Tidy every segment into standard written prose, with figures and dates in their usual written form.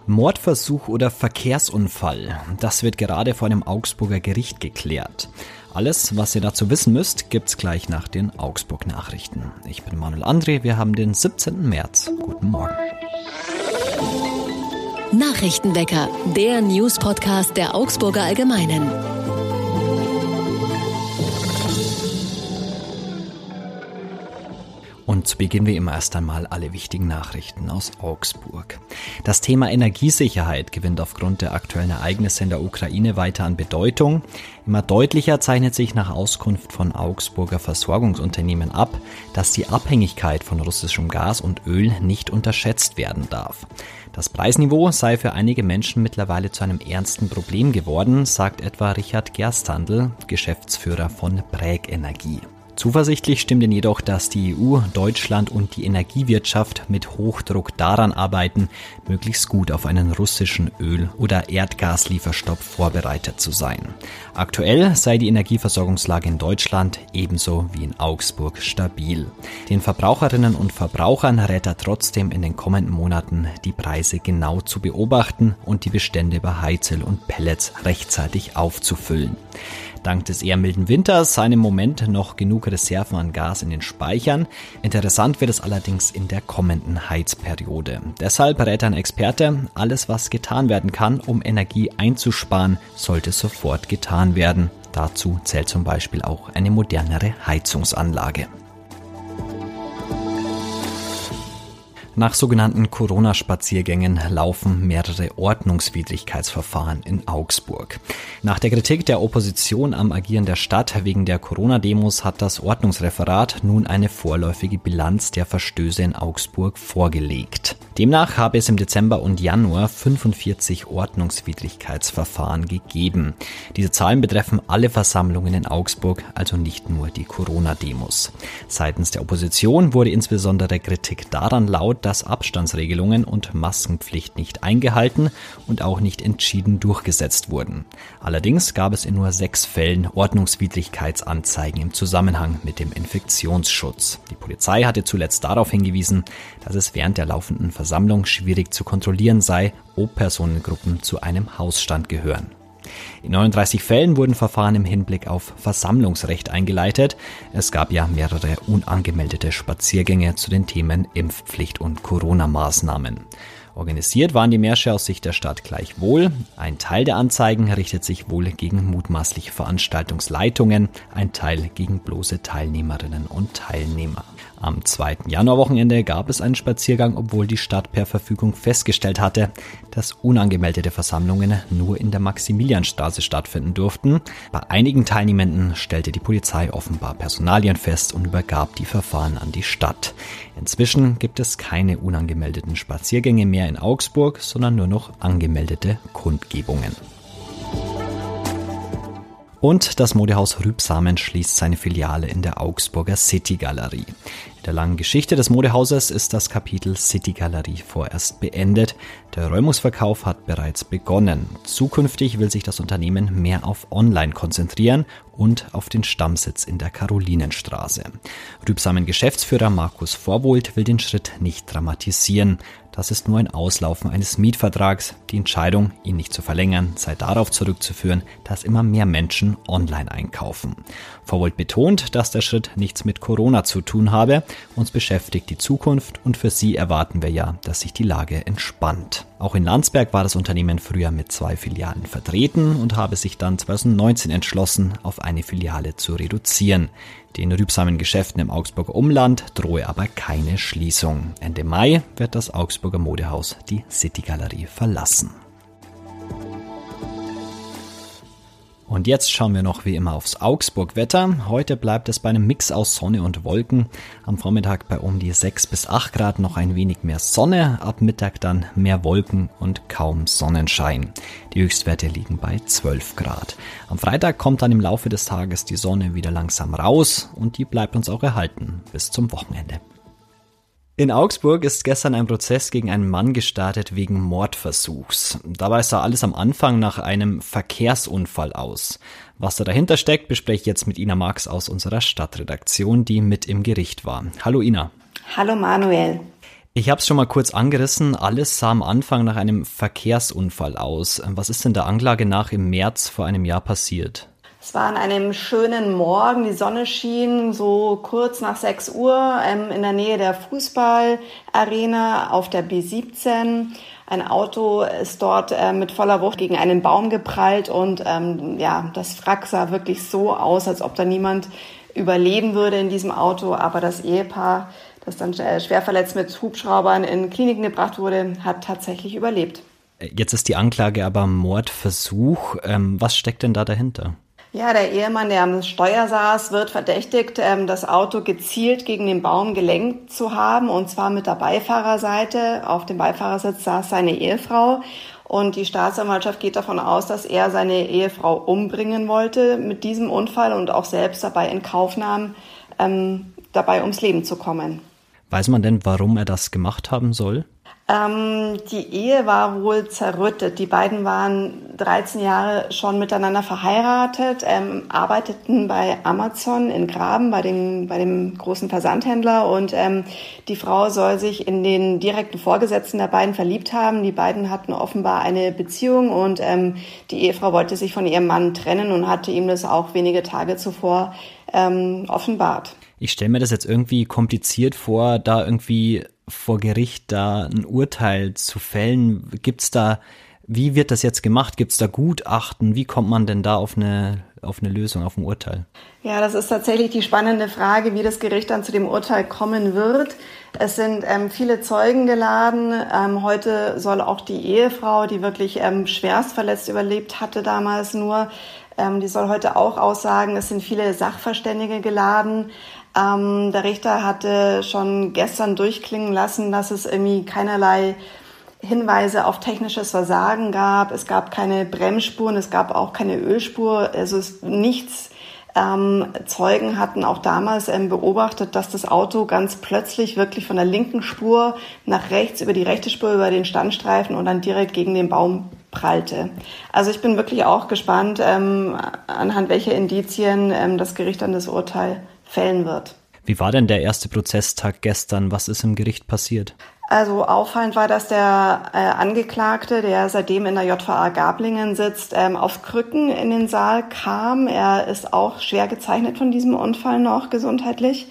Mordversuch oder Verkehrsunfall, das wird gerade vor einem Augsburger Gericht geklärt. Alles, was ihr dazu wissen müsst, gibt's gleich nach den Augsburg-Nachrichten. Ich bin Manuel André, wir haben den 17. März. Guten Morgen. Nachrichtenwecker, der News-Podcast der Augsburger Allgemeinen. Und zu Beginn wie immer erst einmal alle wichtigen Nachrichten aus Augsburg. Das Thema Energiesicherheit gewinnt aufgrund der aktuellen Ereignisse in der Ukraine weiter an Bedeutung. Immer deutlicher zeichnet sich nach Auskunft von Augsburger Versorgungsunternehmen ab, dass die Abhängigkeit von russischem Gas und Öl nicht unterschätzt werden darf. Das Preisniveau sei für einige Menschen mittlerweile zu einem ernsten Problem geworden, sagt etwa Richard Gersthandl, Geschäftsführer von Präg Energie. Zuversichtlich stimmt ihn jedoch, dass die EU, Deutschland und die Energiewirtschaft mit Hochdruck daran arbeiten, möglichst gut auf einen russischen Öl- oder Erdgaslieferstopp vorbereitet zu sein. Aktuell sei die Energieversorgungslage in Deutschland ebenso wie in Augsburg stabil. Den Verbraucherinnen und Verbrauchern rät er trotzdem in den kommenden Monaten, die Preise genau zu beobachten und die Bestände über Heizöl und Pellets rechtzeitig aufzufüllen. Dank des eher milden Winters seien im Moment noch genug Reserven an Gas in den Speichern. Interessant wird es allerdings in der kommenden Heizperiode. Deshalb rät ein Experte, alles was getan werden kann, um Energie einzusparen, sollte sofort getan werden. Dazu zählt zum Beispiel auch eine modernere Heizungsanlage. Nach sogenannten Corona-Spaziergängen laufen mehrere Ordnungswidrigkeitsverfahren in Augsburg. Nach der Kritik der Opposition am Agieren der Stadt wegen der Corona-Demos hat das Ordnungsreferat nun eine vorläufige Bilanz der Verstöße in Augsburg vorgelegt. Demnach habe es im Dezember und Januar 45 Ordnungswidrigkeitsverfahren gegeben. Diese Zahlen betreffen alle Versammlungen in Augsburg, also nicht nur die Corona-Demos. Seitens der Opposition wurde insbesondere Kritik daran laut, dass Abstandsregelungen und Maskenpflicht nicht eingehalten und auch nicht entschieden durchgesetzt wurden. Allerdings gab es in nur 6 Fällen Ordnungswidrigkeitsanzeigen im Zusammenhang mit dem Infektionsschutz. Die Polizei hatte zuletzt darauf hingewiesen, dass es während der laufenden Versammlung schwierig zu kontrollieren sei, ob Personengruppen zu einem Hausstand gehören. In 39 Fällen wurden Verfahren im Hinblick auf Versammlungsrecht eingeleitet. Es gab ja mehrere unangemeldete Spaziergänge zu den Themen Impfpflicht und Corona-Maßnahmen. Organisiert waren die Märsche aus Sicht der Stadt gleichwohl. Ein Teil der Anzeigen richtet sich wohl gegen mutmaßliche Veranstaltungsleitungen, ein Teil gegen bloße Teilnehmerinnen und Teilnehmer. Am 2. Januarwochenende gab es einen Spaziergang, obwohl die Stadt per Verfügung festgestellt hatte, dass unangemeldete Versammlungen nur in der Maximilianstraße stattfinden durften. Bei einigen Teilnehmenden stellte die Polizei offenbar Personalien fest und übergab die Verfahren an die Stadt. Inzwischen gibt es keine unangemeldeten Spaziergänge mehr in Augsburg, sondern nur noch angemeldete Kundgebungen. Und das Modehaus Rübsamen schließt seine Filiale in der Augsburger City Galerie. In der langen Geschichte des Modehauses ist das Kapitel City Galerie vorerst beendet. Der Räumungsverkauf hat bereits begonnen. Zukünftig will sich das Unternehmen mehr auf Online konzentrieren und auf den Stammsitz in der Karolinenstraße. Rübsamen Geschäftsführer Markus Vorwohlt will den Schritt nicht dramatisieren. Das ist nur ein Auslaufen eines Mietvertrags. Die Entscheidung, ihn nicht zu verlängern, sei darauf zurückzuführen, dass immer mehr Menschen online einkaufen. Vorwohlt betont, dass der Schritt nichts mit Corona zu tun habe. Uns beschäftigt die Zukunft und für sie erwarten wir ja, dass sich die Lage entspannt. Auch in Landsberg war das Unternehmen früher mit 2 Filialen vertreten und habe sich dann 2019 entschlossen, auf eine Filiale zu reduzieren. Den Rübsamen Geschäften im Augsburger Umland drohe aber keine Schließung. Ende Mai wird das Augsburger Modehaus die City Galerie verlassen. Und jetzt schauen wir noch wie immer aufs Augsburg-Wetter. Heute bleibt es bei einem Mix aus Sonne und Wolken. Am Vormittag bei um die 6 bis 8 Grad noch ein wenig mehr Sonne, ab Mittag dann mehr Wolken und kaum Sonnenschein. Die Höchstwerte liegen bei 12 Grad. Am Freitag kommt dann im Laufe des Tages die Sonne wieder langsam raus und die bleibt uns auch erhalten bis zum Wochenende. In Augsburg ist gestern ein Prozess gegen einen Mann gestartet wegen Mordversuchs. Dabei sah alles am Anfang nach einem Verkehrsunfall aus. Was da dahinter steckt, bespreche ich jetzt mit Ina Marx aus unserer Stadtredaktion, die mit im Gericht war. Hallo Ina. Hallo Manuel. Ich habe es schon mal kurz angerissen. Alles sah am Anfang nach einem Verkehrsunfall aus. Was ist denn der Anklage nach im März vor einem Jahr passiert? Es war an einem schönen Morgen, die Sonne schien so kurz nach 6 Uhr in der Nähe der Fußballarena auf der B17. Ein Auto ist dort mit voller Wucht gegen einen Baum geprallt und das Wrack sah wirklich so aus, als ob da niemand überleben würde in diesem Auto. Aber das Ehepaar, das dann schwer verletzt mit Hubschraubern in Kliniken gebracht wurde, hat tatsächlich überlebt. Jetzt ist die Anklage aber Mordversuch. Was steckt denn da dahinter? Ja, der Ehemann, der am Steuer saß, wird verdächtigt, das Auto gezielt gegen den Baum gelenkt zu haben, und zwar mit der Beifahrerseite. Auf dem Beifahrersitz saß seine Ehefrau, und die Staatsanwaltschaft geht davon aus, dass er seine Ehefrau umbringen wollte mit diesem Unfall und auch selbst dabei in Kauf nahm, dabei ums Leben zu kommen. Weiß man denn, warum er das gemacht haben soll? Die Ehe war wohl zerrüttet. Die beiden waren 13 Jahre schon miteinander verheiratet, arbeiteten bei Amazon in Graben, bei dem großen Versandhändler, und die Frau soll sich in den direkten Vorgesetzten der beiden verliebt haben. Die beiden hatten offenbar eine Beziehung, und die Ehefrau wollte sich von ihrem Mann trennen und hatte ihm das auch wenige Tage zuvor offenbart. Ich stelle mir das jetzt irgendwie kompliziert vor, da irgendwie vor Gericht da ein Urteil zu fällen. Wie wird das jetzt gemacht? Gibt es da Gutachten? Wie kommt man denn da auf eine Lösung, auf ein Urteil? Ja, das ist tatsächlich die spannende Frage, wie das Gericht dann zu dem Urteil kommen wird. Es sind viele Zeugen geladen. Heute soll auch die Ehefrau, die wirklich schwerst verletzt überlebt hatte damals nur, die soll heute auch aussagen. Es sind viele Sachverständige geladen. Der Richter hatte schon gestern durchklingen lassen, dass es irgendwie keinerlei Hinweise auf technisches Versagen gab. Es gab keine Bremsspuren, es gab auch keine Ölspur. Also nichts. Zeugen hatten auch damals beobachtet, dass das Auto ganz plötzlich wirklich von der linken Spur nach rechts über die rechte Spur über den Standstreifen und dann direkt gegen den Baum prallte. Also ich bin wirklich auch gespannt, anhand welcher Indizien das Gericht dann das Urteil fällen wird. Wie war denn der erste Prozesstag gestern? Was ist im Gericht passiert? Also auffallend war, dass der Angeklagte, der seitdem in der JVA Gablingen sitzt, auf Krücken in den Saal kam. Er ist auch schwer gezeichnet von diesem Unfall noch gesundheitlich.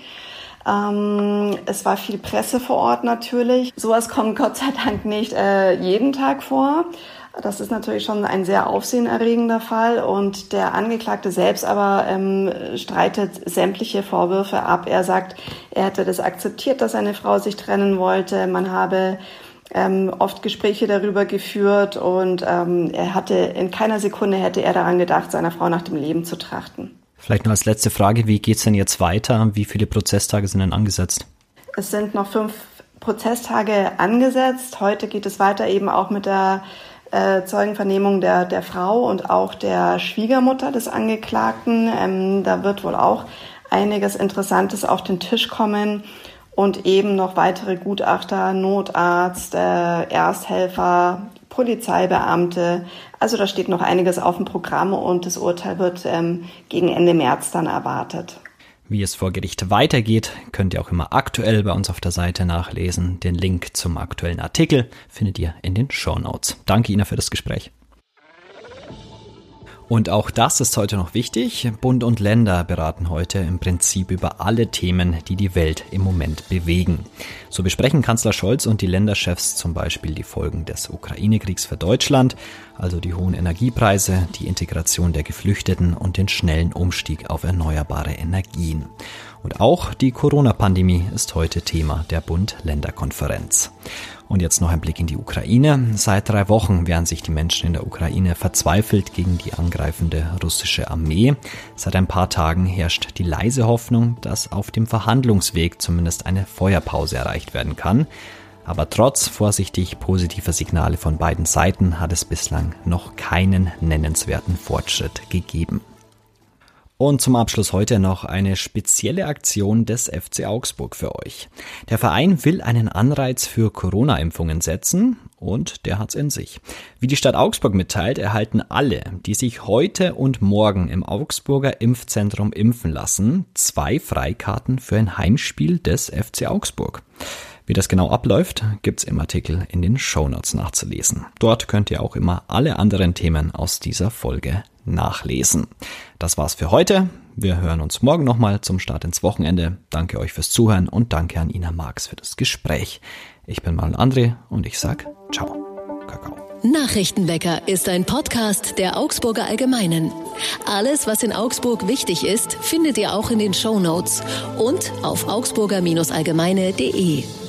Es war viel Presse vor Ort natürlich. Sowas kommt Gott sei Dank nicht jeden Tag vor. Das ist natürlich schon ein sehr aufsehenerregender Fall, und der Angeklagte selbst aber streitet sämtliche Vorwürfe ab. Er sagt, er hätte das akzeptiert, dass seine Frau sich trennen wollte. Man habe oft Gespräche darüber geführt, und in keiner Sekunde hätte er daran gedacht, seiner Frau nach dem Leben zu trachten. Vielleicht noch als letzte Frage, wie geht's denn jetzt weiter? Wie viele Prozesstage sind denn angesetzt? Es sind noch 5 Prozesstage angesetzt. Heute geht es weiter eben auch mit der Zeugenvernehmung der Frau und auch der Schwiegermutter des Angeklagten. Da wird wohl auch einiges Interessantes auf den Tisch kommen, und eben noch weitere Gutachter, Notarzt, Ersthelfer, Polizeibeamte. Also da steht noch einiges auf dem Programm, und das Urteil wird gegen Ende März dann erwartet. Wie es vor Gericht weitergeht, könnt ihr auch immer aktuell bei uns auf der Seite nachlesen. Den Link zum aktuellen Artikel findet ihr in den Shownotes. Danke Ihnen für das Gespräch. Und auch das ist heute noch wichtig. Bund und Länder beraten heute im Prinzip über alle Themen, die die Welt im Moment bewegen. So besprechen Kanzler Scholz und die Länderchefs zum Beispiel die Folgen des Ukraine-Kriegs für Deutschland, also die hohen Energiepreise, die Integration der Geflüchteten und den schnellen Umstieg auf erneuerbare Energien. Und auch die Corona-Pandemie ist heute Thema der Bund-Länder-Konferenz. Und jetzt noch ein Blick in die Ukraine. Seit 3 Wochen wehren sich die Menschen in der Ukraine verzweifelt gegen die angreifende russische Armee. Seit ein paar Tagen herrscht die leise Hoffnung, dass auf dem Verhandlungsweg zumindest eine Feuerpause erreicht werden kann. Aber trotz vorsichtig positiver Signale von beiden Seiten hat es bislang noch keinen nennenswerten Fortschritt gegeben. Und zum Abschluss heute noch eine spezielle Aktion des FC Augsburg für euch. Der Verein will einen Anreiz für Corona-Impfungen setzen, und der hat's in sich. Wie die Stadt Augsburg mitteilt, erhalten alle, die sich heute und morgen im Augsburger Impfzentrum impfen lassen, 2 Freikarten für ein Heimspiel des FC Augsburg. Wie das genau abläuft, gibt's im Artikel in den Shownotes nachzulesen. Dort könnt ihr auch immer alle anderen Themen aus dieser Folge nachlesen. Das war's für heute. Wir hören uns morgen nochmal zum Start ins Wochenende. Danke euch fürs Zuhören und danke an Ina Marx für das Gespräch. Ich bin Manuel André und ich sag ciao. Kakao. Nachrichtenwecker ist ein Podcast der Augsburger Allgemeinen. Alles, was in Augsburg wichtig ist, findet ihr auch in den Shownotes und auf augsburger-allgemeine.de.